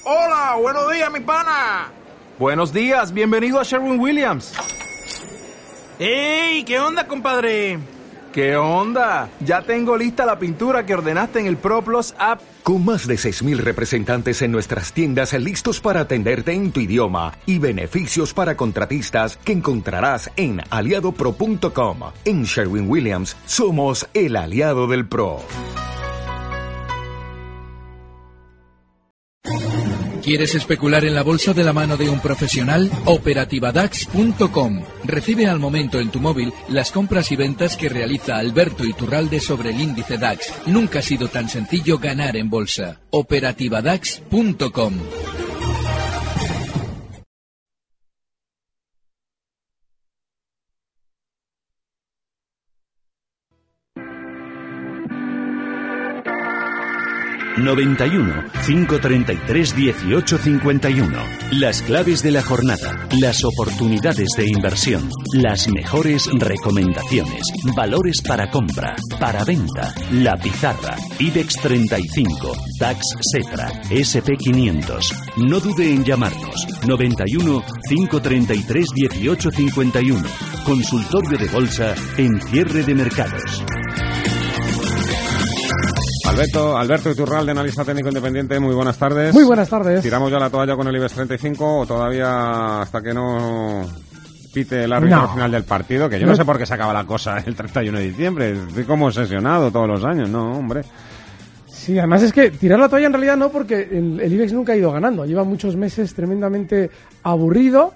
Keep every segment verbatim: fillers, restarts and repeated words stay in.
Hola, buenos días, mi pana. Buenos días, bienvenido a Sherwin-Williams. ¡Ey! ¿Qué onda, compadre? ¿Qué onda? Ya tengo lista la pintura que ordenaste en el ProPlus app. Con más de seis mil representantes en nuestras tiendas listos para atenderte en tu idioma y beneficios para contratistas que encontrarás en aliado pro punto com. En Sherwin-Williams somos el aliado del pro. ¿Quieres especular en la bolsa de la mano de un profesional? operativa dax punto com. Recibe al momento en tu móvil las compras y ventas que realiza Alberto Iturralde sobre el índice DAX. Nunca ha sido tan sencillo ganar en bolsa. operativa dax punto com. noventa y uno, cinco treinta y tres, dieciocho cincuenta y uno. Las claves de la jornada, las oportunidades de inversión, las mejores recomendaciones, valores para compra, para venta, la pizarra, IBEX treinta y cinco, DAX Setra, ese pe quinientos. No dude en llamarnos. noventa y uno, cinco treinta y tres, dieciocho cincuenta y uno. Consultorio de bolsa en cierre de mercados. Alberto, Alberto Iturralde, analista técnico independiente, muy buenas tardes. Muy buenas tardes. ¿Tiramos ya la toalla con el IBEX treinta y cinco o todavía hasta que no pite el árbitro no. al final del partido? Que yo no. no sé por qué se acaba la cosa el treinta y uno de diciembre. Estoy como obsesionado todos los años, ¿no, hombre? Sí, además es que tirar la toalla en realidad no, porque el, el IBEX nunca ha ido ganando. Lleva muchos meses tremendamente aburrido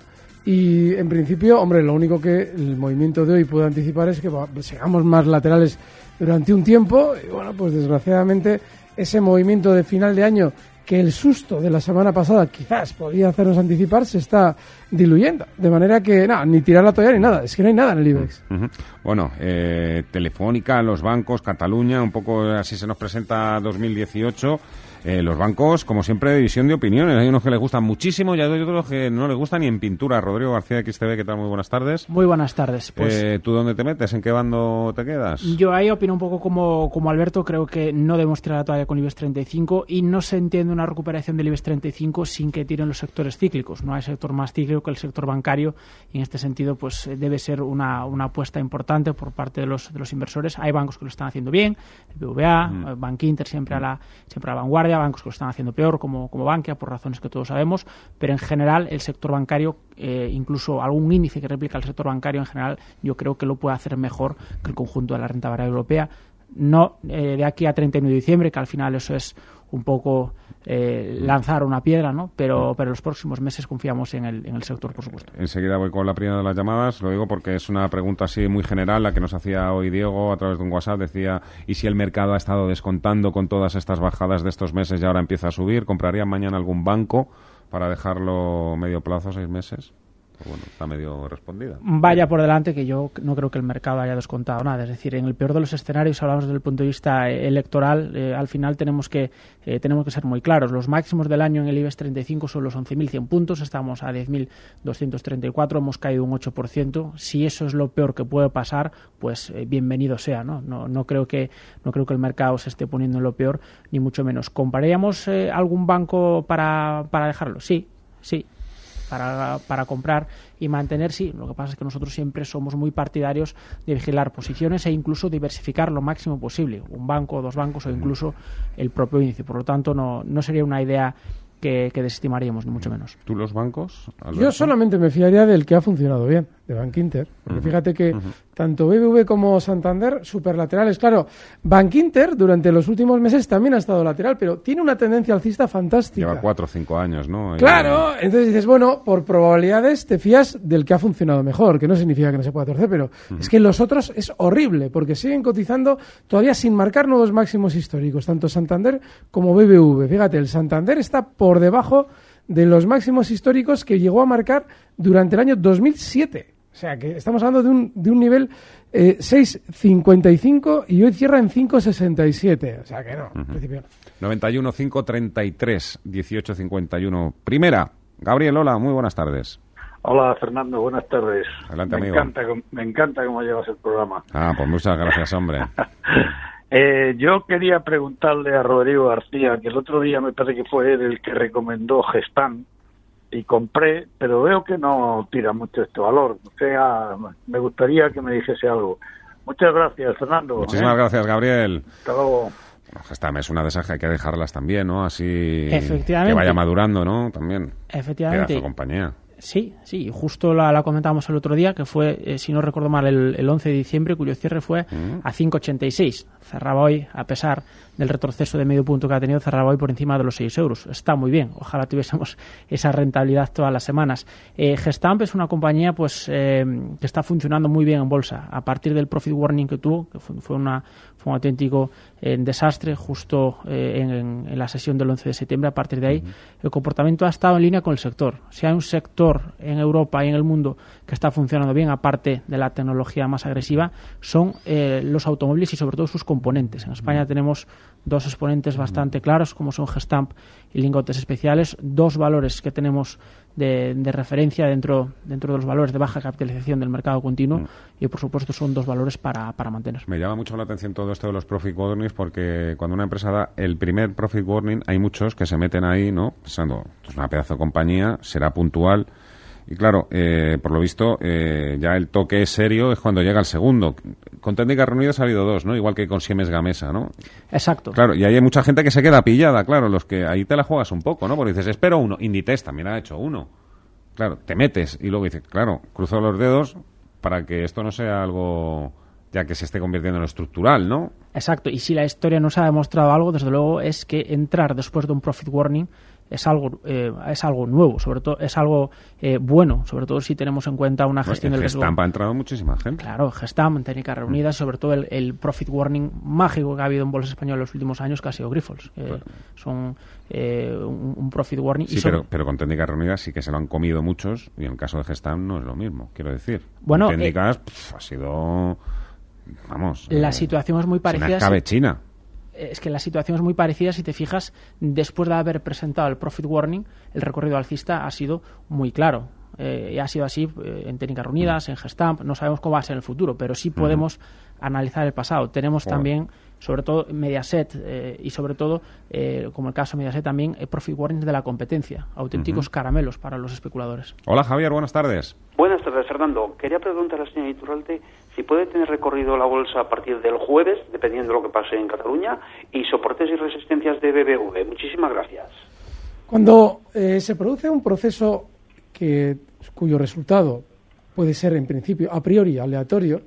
y en principio, hombre, lo único que el movimiento de hoy puede anticipar es que bah, sigamos más laterales durante un tiempo y bueno, pues desgraciadamente ese movimiento de final de año que el susto de la semana pasada quizás podía hacernos anticipar se está diluyendo, de manera que nada, ni tirar la toalla ni nada, es que no hay nada en el IBEX. Uh-huh. Bueno, eh, Telefónica, los bancos, Cataluña, un poco así se nos presenta dos mil dieciocho. Eh, los bancos, como siempre, división de opiniones. Hay unos que les gustan muchísimo y hay otros que no les gustan ni en pintura. Rodrigo García de X T V, ¿qué tal? Muy buenas tardes. Muy buenas tardes. Pues, eh, ¿Tú dónde te metes? ¿En qué bando te quedas? Yo ahí opino un poco como, como Alberto. Creo que no debemos tirar la toalla con IBEX treinta y cinco y no se entiende una recuperación del IBEX treinta y cinco sin que tiren los sectores cíclicos. No hay sector más cíclico que el sector bancario y en este sentido pues debe ser una, una apuesta importante por parte de los, de los inversores. Hay bancos que lo están haciendo bien, el B V A, mm. Bankinter siempre a la, siempre a la vanguardia, bancos que lo están haciendo peor como, como Bankia, por razones que todos sabemos, pero en general el sector bancario, eh, incluso algún índice que replica el sector bancario en general, yo creo que lo puede hacer mejor que el conjunto de la renta variable europea. No eh, de aquí a treinta y uno de diciembre, que al final eso es un poco eh, lanzar una piedra, ¿no? Pero, pero en los próximos meses confiamos en el, en el sector, por supuesto. Enseguida voy con la primera de las llamadas, lo digo porque es una pregunta así muy general, la que nos hacía hoy Diego a través de un WhatsApp, decía, ¿y si el mercado ha estado descontando con todas estas bajadas de estos meses y ahora empieza a subir? ¿Comprarían mañana algún banco para dejarlo medio plazo, seis meses? Pues bueno, está medio respondida. Vaya por delante que yo no creo que el mercado haya descontado nada. Es decir, en el peor de los escenarios, hablamos desde el punto de vista electoral, eh, al final tenemos que eh, tenemos que ser muy claros. Los máximos del año en el IBEX treinta y cinco son los once mil cien puntos, estamos a diez mil doscientos treinta y cuatro, hemos caído un ocho por ciento. Si eso es lo peor que puede pasar, pues eh, bienvenido sea, ¿no? No, no creo que no creo que el mercado se esté poniendo en lo peor, ni mucho menos. ¿Compraríamos eh, algún banco para, para dejarlo? Sí, sí. Para, para comprar y mantener, sí. Lo que pasa es que nosotros siempre somos muy partidarios de vigilar posiciones e incluso diversificar lo máximo posible, un banco, dos bancos o incluso el propio índice. Por lo tanto, no, no sería una idea que, que desestimaríamos, ni mucho menos. ¿Tú los bancos, Alberto? Yo solamente me fiaría del que ha funcionado bien, de Bankinter. Porque uh-huh. fíjate que uh-huh. tanto B B V como Santander, superlaterales. Claro, Bankinter durante los últimos meses también ha estado lateral, pero tiene una tendencia alcista fantástica. Lleva cuatro o cinco años, ¿no? Ahí claro, hay... entonces dices, bueno, por probabilidades te fías del que ha funcionado mejor, que no significa que no se pueda torcer, pero uh-huh. es que los otros es horrible, porque siguen cotizando todavía sin marcar nuevos máximos históricos, tanto Santander como B B V. Fíjate, el Santander está por debajo de los máximos históricos que llegó a marcar durante el año dos mil siete. O sea, que estamos hablando de un, de un nivel eh, seis cincuenta y cinco y hoy cierra en cinco sesenta y siete. O sea, que no, en principio no. noventa y uno, cinco treinta y tres, dieciocho cincuenta y uno. Primera, Gabriel, hola, muy buenas tardes. Hola, Fernando, buenas tardes. Adelante, me amigo. Encanta, me encanta cómo llevas el programa. Ah, pues muchas gracias, hombre. Eh, yo quería preguntarle a Rodrigo García, que el otro día me parece que fue él el que recomendó Gestamp, y compré, pero veo que no tira mucho este valor. O sea, me gustaría que me dijese algo. Muchas gracias, Fernando. Muchísimas ¿eh? gracias, Gabriel. Hasta luego. Bueno, Gestamp es una de esas que hay que dejarlas también, ¿no? Así Efectivamente. que vaya madurando, ¿no? También. Efectivamente. Pedazo de compañía. Sí, sí, justo la, la comentábamos el otro día, que fue, eh, si no recuerdo mal, el, el once de diciembre, cuyo cierre fue mm. a cinco ochenta y seis. Cerraba hoy, a pesar del retroceso de medio punto que ha tenido, cerraba hoy por encima de los seis euros. Está muy bien, ojalá tuviésemos esa rentabilidad todas las semanas. Eh, Gestamp es una compañía pues eh, que está funcionando muy bien en bolsa. A partir del profit warning que tuvo, que fue, fue, una, fue un auténtico eh, desastre justo eh, en, en la sesión del once de septiembre, a partir de ahí mm. el comportamiento ha estado en línea con el sector. Si hay un sector en Europa y en el mundo que está funcionando bien, aparte de la tecnología más agresiva, son eh, los automóviles y sobre todo sus componentes. En España mm. tenemos dos exponentes bastante claros, como son Gestamp y lingotes especiales, dos valores que tenemos de, de referencia dentro, dentro de los valores de baja capitalización del mercado continuo mm. y, por supuesto, son dos valores para, para mantener. Me llama mucho la atención todo esto de los profit warnings, porque cuando una empresa da el primer profit warning, hay muchos que se meten ahí, ¿no? Pensando, es una pedazo de compañía, será puntual. Y claro, eh, por lo visto, eh, ya el toque serio es cuando llega el segundo. Con Técnicas Reunidas ha habido dos, ¿no? Igual que con Siemens Gamesa, ¿no? Exacto. Claro, y ahí hay mucha gente que se queda pillada, claro, los que ahí te la juegas un poco, ¿no? Porque dices, espero uno. Inditex también ha hecho uno. Claro, te metes y luego dices, claro, cruzo los dedos para que esto no sea algo ya que se esté convirtiendo en lo estructural, ¿no? Exacto, y si la historia nos ha demostrado algo, desde luego, es que entrar después de un profit warning es algo eh, es algo nuevo, sobre todo es algo eh, bueno, sobre todo si tenemos en cuenta una gestión bueno, del riesgo. Gestamp ha entrado muchísima gente. Claro, Gestamp, Técnicas Reunidas, mm. sobre todo el, el profit warning mágico que ha habido en bolsa española en los últimos años, que ha sido Grifols. Eh, claro. Son eh, un, un profit warning. Sí, y son... pero, pero con Técnicas Reunidas sí que se lo han comido muchos, y en el caso de Gestamp no es lo mismo, quiero decir. Bueno, con Técnicas eh, pff, ha sido, vamos... La eh, situación es muy parecida. Es una escabechina. Es que la situación es muy parecida. Si te fijas, después de haber presentado el profit warning, el recorrido alcista ha sido muy claro. Eh, y ha sido así eh, en Técnicas Reunidas, en Gestamp. No sabemos cómo va a ser en el futuro, pero sí podemos uh-huh. analizar el pasado. Tenemos Joder. también, sobre todo, Mediaset eh, y sobre todo, eh, como el caso de Mediaset, también eh, profit warnings de la competencia. Auténticos uh-huh. caramelos para los especuladores. Hola, Javier, buenas tardes. Buenas tardes, Fernando. Quería preguntar a la señora Iturralde si puede tener recorrido la bolsa a partir del jueves, dependiendo de lo que pase en Cataluña, y soportes y resistencias de B B V. Muchísimas gracias. Cuando eh, se produce un proceso que, cuyo resultado puede ser, en principio, a priori aleatorio,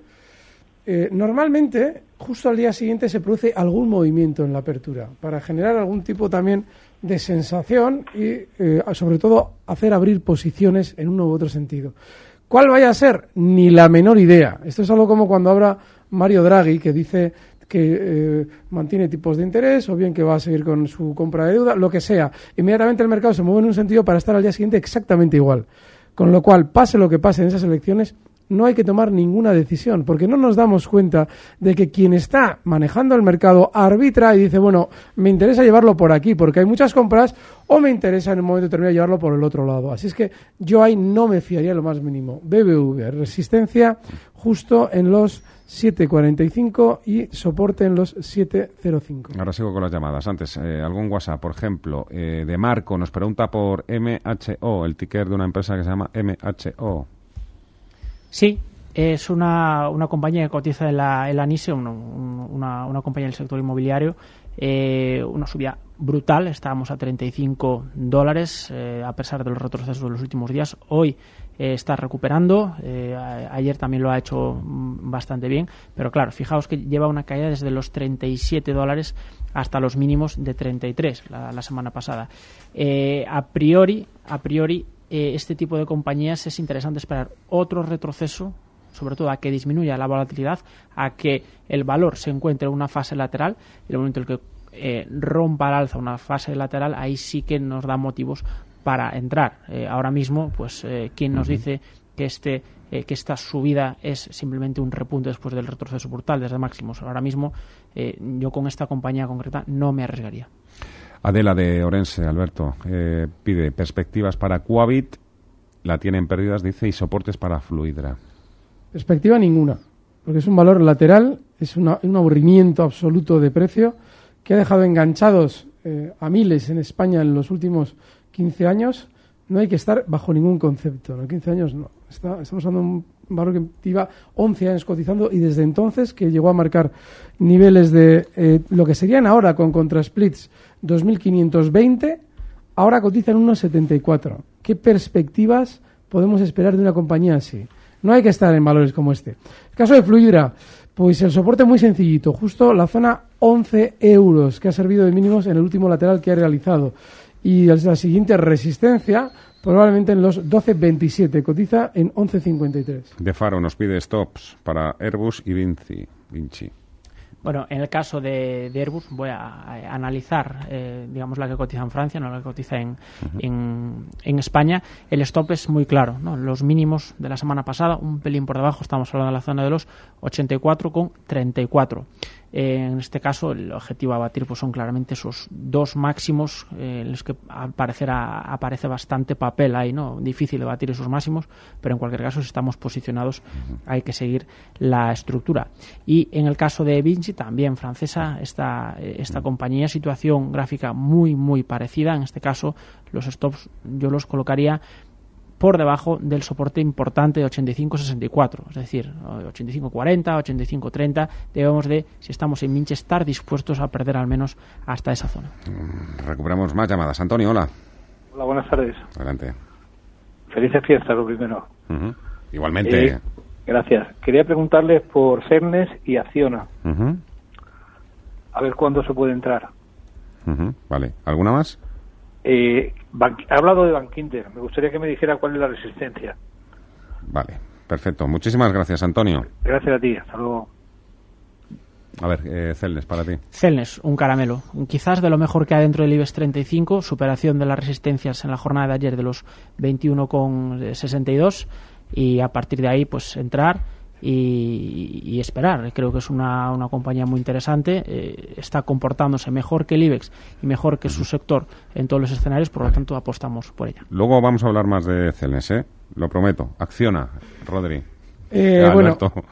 eh, normalmente, justo al día siguiente, se produce algún movimiento en la apertura para generar algún tipo también de sensación y, eh, sobre todo, hacer abrir posiciones en uno u otro sentido. ¿Cuál vaya a ser? Ni la menor idea. Esto es algo como cuando habla Mario Draghi, que dice que eh, mantiene tipos de interés, o bien que va a seguir con su compra de deuda, lo que sea. Inmediatamente el mercado se mueve en un sentido para estar al día siguiente exactamente igual. Con lo cual, pase lo que pase en esas elecciones, no hay que tomar ninguna decisión, porque no nos damos cuenta de que quien está manejando el mercado arbitra y dice, bueno, me interesa llevarlo por aquí porque hay muchas compras, o me interesa en un momento determinado llevarlo por el otro lado. Así es que yo ahí no me fiaría lo más mínimo. B B V, resistencia justo en los siete cuarenta y cinco y soporte en los siete cero cinco. Ahora sigo con las llamadas. Antes, eh, algún WhatsApp, por ejemplo, eh, de Marco nos pregunta por M H O, el ticker de una empresa que se llama M H O. Sí, es una, una compañía que cotiza en la, en la NYSE, una, una, una compañía del sector inmobiliario, eh, una subida brutal. Estábamos a treinta y cinco dólares, eh, a pesar de los retrocesos de los últimos días. Hoy eh, está recuperando, eh, a, ayer también lo ha hecho bastante bien, pero claro, fijaos que lleva una caída desde los treinta y siete dólares hasta los mínimos de treinta y tres la, la semana pasada. Eh, a priori, a priori, Eh, este tipo de compañías es interesante esperar otro retroceso, sobre todo a que disminuya la volatilidad, a que el valor se encuentre en una fase lateral, y en el momento en el que eh, rompa al alza una fase lateral, ahí sí que nos da motivos para entrar. Eh, ahora mismo, pues, eh, ¿quién nos dice que este eh, que esta subida es simplemente un repunte después del retroceso brutal desde máximos? Ahora mismo, eh, yo con esta compañía concreta no me arriesgaría. Adela de Orense, Alberto, eh, pide perspectivas para Quabit, la tienen perdidas, dice, y soportes para Fluidra. Perspectiva ninguna. porque es un valor lateral, es una, un aburrimiento absoluto de precio que ha dejado enganchados eh, a miles en España en los últimos quince años. No hay que estar bajo ningún concepto, en quince años no. Está, estamos hablando de un valor que lleva once años cotizando y desde entonces que llegó a marcar niveles de eh, lo que serían ahora con contrasplits dos mil quinientos veinte, ahora cotiza en uno setenta y cuatro. ¿Qué perspectivas podemos esperar de una compañía así? No hay que estar en valores como este. El caso de Fluidra, pues el soporte muy sencillito, justo la zona once euros, que ha servido de mínimos en el último lateral que ha realizado. Y la siguiente resistencia, probablemente en los doce veintisiete, cotiza en once cincuenta y tres. De Faro nos pide stops para Airbus y Vinci. Vinci. Bueno, en el caso de, de Airbus voy a, a analizar, eh, digamos, la que cotiza en Francia, no la que cotiza en, uh-huh. en, en España. El stop es muy claro, ¿no? Los mínimos de la semana pasada, un pelín por debajo, estamos hablando de la zona de los ochenta y cuatro con treinta y cuatro. Eh, en este caso, el objetivo a batir pues son claramente esos dos máximos, eh, en los que al parecer a, aparece bastante papel ahí, ¿no? Difícil de batir esos máximos, pero en cualquier caso, si estamos posicionados, hay que seguir la estructura. Y en el caso de Vinci, también francesa, esta, esta compañía, situación gráfica muy, muy parecida. En este caso, los stops yo los colocaría por debajo del soporte importante de ochenta y cinco sesenta y cuatro, es decir, ochenta y cinco cuarenta, ochenta y cinco treinta, debemos de, si estamos en Minche, estar dispuestos a perder al menos hasta esa zona. Recuperamos más llamadas. Antonio, hola. Hola, buenas tardes. Adelante. Felices fiestas, lo primero. Uh-huh. Igualmente. Eh, gracias. Quería preguntarles por Cellnex y Acciona. Uh-huh. A ver cuándo se puede entrar. Uh-huh. Vale. ¿Alguna más? Eh, Bank, he hablado de Bankinter. Me gustaría que me dijera cuál es la resistencia. Vale, perfecto. Muchísimas gracias, Antonio. Gracias a ti. Hasta luego. A ver, eh, Cellnex, para ti. Cellnex, un caramelo. Quizás de lo mejor que hay dentro del IBEX treinta y cinco. Superación de las resistencias en la jornada de ayer de los veintiuno con sesenta y dos. Y a partir de ahí, pues entrar y, y esperar. Creo que es una, una compañía muy interesante. Eh, está comportándose mejor que el IBEX y mejor que su sector en todos los escenarios. Por lo tanto, apostamos por ella. Luego vamos a hablar más de Cellnex, ¿eh? Lo prometo. Acciona, Rodri. Eh, bueno,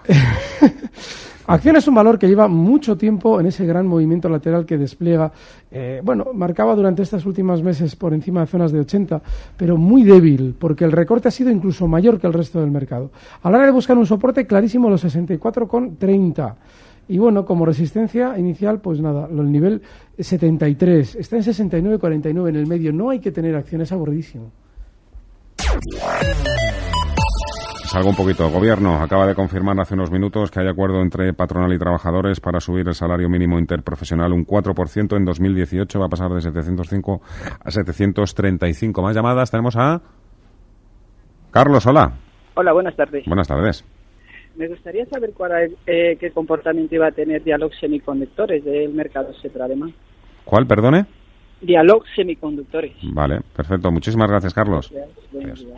Acciona es un valor que lleva mucho tiempo en ese gran movimiento lateral que despliega. Eh, bueno, marcaba durante estos últimos meses por encima de zonas de ochenta, pero muy débil, porque el recorte ha sido incluso mayor que el resto del mercado. A la hora de buscar un soporte clarísimo, los sesenta y cuatro con treinta. Y bueno, como resistencia inicial, pues nada, el nivel setenta y tres. Está en sesenta y nueve cuarenta y nueve en el medio. No hay que tener acciones, aburridísimo. Salgo un poquito. El Gobierno acaba de confirmar hace unos minutos que hay acuerdo entre patronal y trabajadores para subir el salario mínimo interprofesional un cuatro por ciento en dos mil dieciocho. Va a pasar de setecientos cinco a setecientos treinta y cinco. Más llamadas. Tenemos a Carlos. Hola. Hola, buenas tardes. Buenas tardes. Me gustaría saber cuál, eh, qué comportamiento iba a tener Dialog Semiconductores del mercado etcétera alemán. ¿Cuál, perdone? Dialog Semiconductores. Vale, perfecto. Muchísimas gracias, Carlos. Gracias.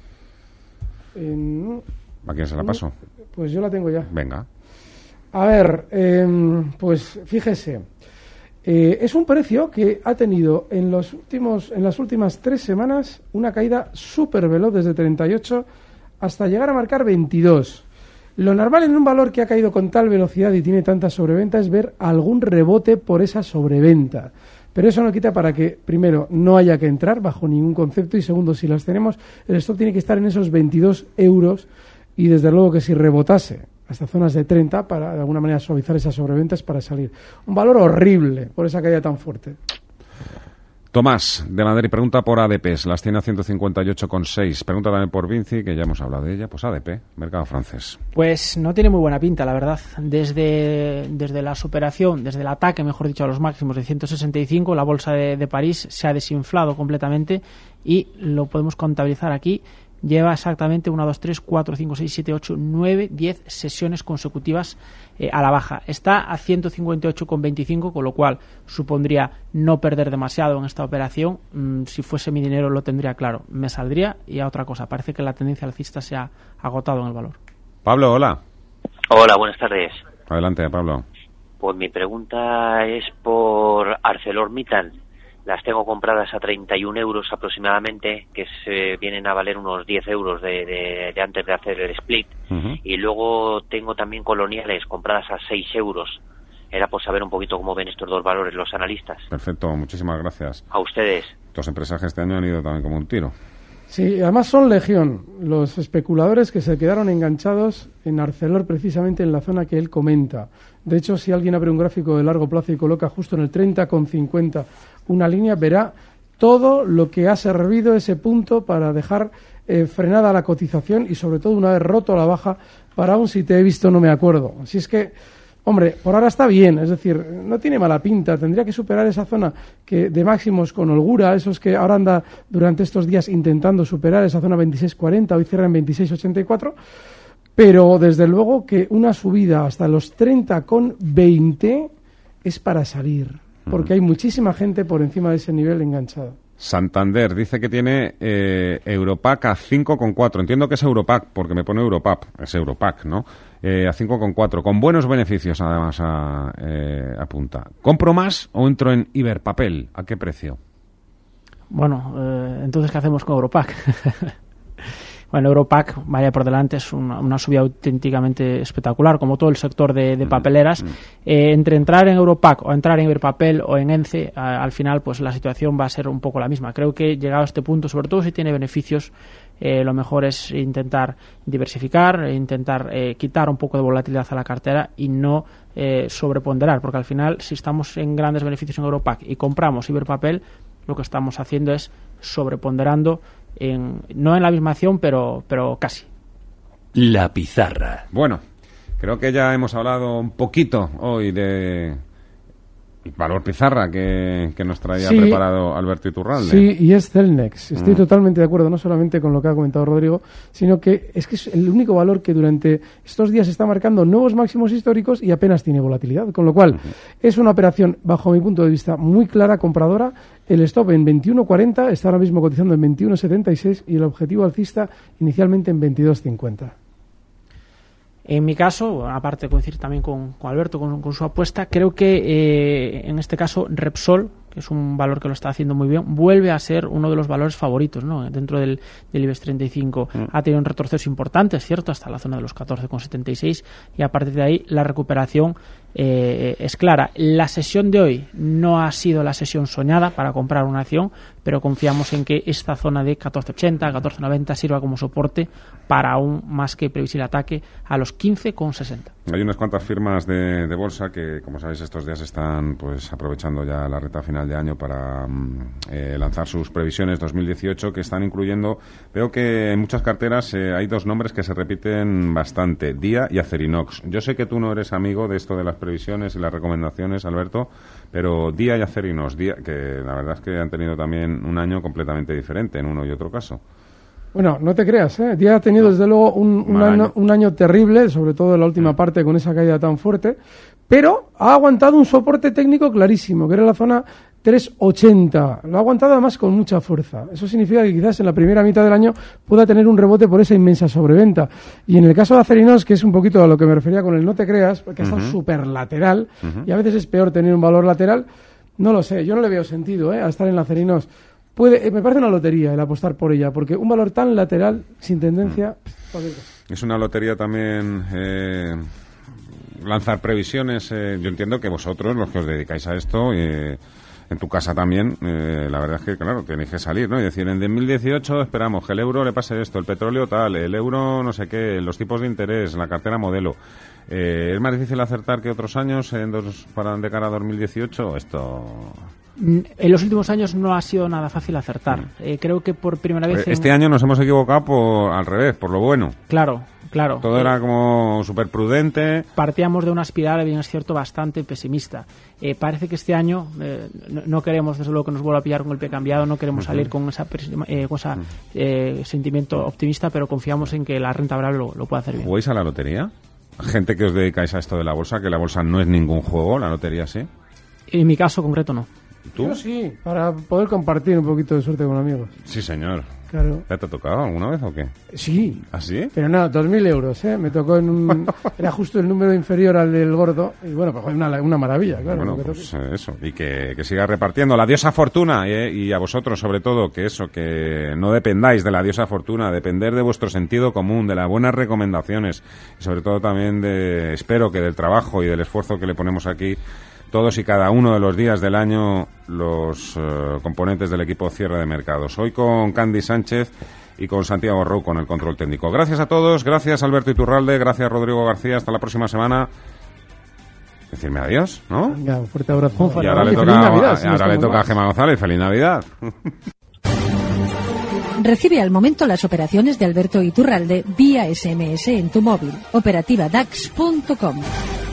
Eh, ¿A quién se la paso? Pues yo la tengo ya. Venga. A ver, eh, pues fíjese, eh, es un precio que ha tenido en los últimos, en las últimas tres semanas una caída súper veloz desde treinta y ocho hasta llegar a marcar veintidós. Lo normal en un valor que ha caído con tal velocidad y tiene tanta sobreventa es ver algún rebote por esa sobreventa. Pero eso no quita para que, primero, no haya que entrar bajo ningún concepto y, segundo, si las tenemos, el stop tiene que estar en esos veintidós euros y, desde luego, que si rebotase hasta zonas de treinta para, de alguna manera, suavizar esas sobreventas para salir. Un valor horrible por esa caída tan fuerte. Tomás, de Madrid, pregunta por A D Ps. Las tiene a ciento cincuenta y ocho con seis. Pregunta también por Vinci, que ya hemos hablado de ella. Pues A D P, mercado francés. Pues no tiene muy buena pinta, la verdad. Desde, desde la superación, desde el ataque, mejor dicho, a los máximos de ciento sesenta y cinco, la bolsa de, de París se ha desinflado completamente y lo podemos contabilizar aquí. Lleva exactamente una, dos, tres, cuatro, cinco, seis, siete, ocho, nueve, diez sesiones consecutivas eh, a la baja. Está a ciento cincuenta y ocho con veinticinco, con lo cual supondría no perder demasiado en esta operación. Mm, si fuese mi dinero lo tendría claro. Me saldría y a otra cosa. Parece que la tendencia alcista se ha agotado en el valor. Pablo, hola. Hola, buenas tardes. Adelante, Pablo. Pues mi pregunta es por ArcelorMittal. las tengo compradas a treinta y un euros aproximadamente, que se vienen a valer unos diez euros de, de, de antes de hacer el split. Uh-huh. Y luego tengo también Coloniales compradas a seis euros. Era por saber un poquito cómo ven estos dos valores los analistas. Perfecto, muchísimas gracias. A ustedes. Tus empresas que este año han ido también como un tiro. Sí, además son legión los especuladores que se quedaron enganchados en Arcelor, precisamente en la zona que él comenta. De hecho, si alguien abre un gráfico de largo plazo y coloca justo en el treinta coma cincuenta una línea, verá todo lo que ha servido ese punto para dejar eh, frenada la cotización y, sobre todo, una vez roto a la baja, para un si te he visto no me acuerdo. Así es que, hombre, por ahora está bien, es decir, no tiene mala pinta, tendría que superar esa zona que de máximos con holgura, esos que ahora anda durante estos días intentando superar esa zona veintiséis cuarenta, hoy cierra en veintiséis ochenta y cuatro, pero desde luego que una subida hasta los treinta coma veinte es para salir, porque hay muchísima gente por encima de ese nivel enganchada. Santander dice que tiene eh, Europac a cinco coma cuatro. Entiendo que es Europac, porque me pone Europap. Es Europac, ¿no? Eh, a cinco coma cuatro, con buenos beneficios, además, a, eh, apunta. ¿Compro más o entro en Iberpapel? ¿A qué precio? Bueno, eh, entonces, ¿qué hacemos con Europac? Bueno, Europac, vaya por delante, es una, una subida auténticamente espectacular, como todo el sector de, de papeleras. Eh, entre entrar en Europac o entrar en Iberpapel o en ENCE, a, al final, pues la situación va a ser un poco la misma. Creo que llegado a este punto, sobre todo si tiene beneficios, eh, lo mejor es intentar diversificar, e intentar eh, quitar un poco de volatilidad a la cartera y no eh, sobreponderar, porque al final, si estamos en grandes beneficios en Europac y compramos Iberpapel, lo que estamos haciendo es sobreponderando, en, no en la misma acción, pero, pero casi. La pizarra. Bueno, creo que ya hemos hablado un poquito hoy de valor pizarra que, que nos traía sí, preparado Alberto Iturralde. Sí, y es Celnex. Estoy mm. totalmente de acuerdo, no solamente con lo que ha comentado Rodrigo, sino que es que es el único valor que durante estos días está marcando nuevos máximos históricos y apenas tiene volatilidad. Con lo cual, uh-huh. es una operación, bajo mi punto de vista, muy clara, compradora. El stop en veintiuno cuarenta, está ahora mismo cotizando en veintiuno setenta y seis y el objetivo alcista inicialmente en veintidós cincuenta. En mi caso, aparte de coincidir también con, con Alberto, con, con su apuesta, creo que eh, en este caso Repsol, que es un valor que lo está haciendo muy bien, vuelve a ser uno de los valores favoritos, ¿no? Dentro del, del IBEX treinta y cinco. Mm. Ha tenido un retroceso importante, es cierto, hasta la zona de los catorce coma setenta y seis, y a partir de ahí la recuperación eh, es clara. La sesión de hoy no ha sido la sesión soñada para comprar una acción, pero confiamos en que esta zona de catorce ochenta, catorce noventa sirva como soporte para un más que previsible ataque a los quince coma sesenta. Hay unas cuantas firmas de, de bolsa que, como sabéis, estos días están pues aprovechando ya la recta final de año para eh, lanzar sus previsiones dos mil dieciocho, que están incluyendo, veo que en muchas carteras eh, hay dos nombres que se repiten bastante, Dia y Acerinox. Yo sé que tú no eres amigo de esto de las previsiones y las recomendaciones, Alberto, pero Dia y Acerinox, Dia, que la verdad es que han tenido también un año completamente diferente en uno y otro caso. Bueno, no te creas, ¿eh? Dia ha tenido no. desde luego un, un, año, año. un año terrible, sobre todo en la última mm. parte con esa caída tan fuerte, pero ha aguantado un soporte técnico clarísimo, que era la zona tres ochenta. Lo ha aguantado además con mucha fuerza. Eso significa que quizás en la primera mitad del año pueda tener un rebote por esa inmensa sobreventa. Y en el caso de Acerinox, que es un poquito a lo que me refería con el no te creas, porque ha estado uh-huh. súper lateral, uh-huh. y a veces es peor tener un valor lateral, no lo sé, yo no le veo sentido ¿eh? a estar en la Acerinox. Puede, eh, me parece una lotería el apostar por ella, porque un valor tan lateral, sin tendencia... Mm. Es una lotería también... Eh... lanzar previsiones, eh, yo entiendo que vosotros, los que os dedicáis a esto, eh, en tu casa también, eh, la verdad es que, claro, tenéis que salir, ¿no? Y decir, en dos mil dieciocho esperamos que el euro le pase esto, el petróleo tal, el euro no sé qué, los tipos de interés, la cartera modelo. Eh, ¿Es más difícil acertar que otros años en dos, para de cara a dos mil dieciocho? Esto... En los últimos años no ha sido nada fácil acertar. Eh, creo que por primera vez... Este en... año nos hemos equivocado por al revés, por lo bueno. Claro. Claro. Todo era como súper prudente. Partíamos de una espiral, bien es cierto, bastante pesimista. Eh, parece que este año eh, no, no queremos, desde luego, que nos vuelva a pillar con el pie cambiado, no queremos uh-huh. salir con esa eh, cosa, uh-huh. eh, sentimiento optimista, pero confiamos en que la renta variable lo, lo puede hacer bien. ¿Jugáis a la lotería? Gente que os dedicáis a esto de la bolsa, que la bolsa no es ningún juego, la lotería sí. En mi caso concreto no. ¿Tú? Yo sí, para poder compartir un poquito de suerte con amigos. Sí, señor. Claro. ¿Ya te ha tocado alguna vez o qué? Sí. ¿Ah, sí? Pero no, dos mil euros, ¿eh? Me tocó en un... Era justo el número inferior al del gordo. Y bueno, pues una, una maravilla, claro. Bueno, pues eh, eso. Y que, que siga repartiendo la diosa fortuna, ¿eh? Y a vosotros, sobre todo, que eso, que no dependáis de la diosa fortuna, depender de vuestro sentido común, de las buenas recomendaciones. Y sobre todo también de, espero que del trabajo y del esfuerzo que le ponemos aquí todos y cada uno de los días del año los uh, componentes del equipo Cierre de Mercados. Hoy con Candy Sánchez y con Santiago Rou con el control técnico. Gracias a todos, gracias Alberto Iturralde, gracias Rodrigo García, hasta la próxima semana. Decirme adiós, ¿no? Venga, un fuerte abrazo. Y ahora le toca, Navidad, si ahora le toca a Gemma González, feliz Navidad. Recibe al momento las operaciones de Alberto Iturralde vía ese eme ese en tu móvil. Operativa dax punto com.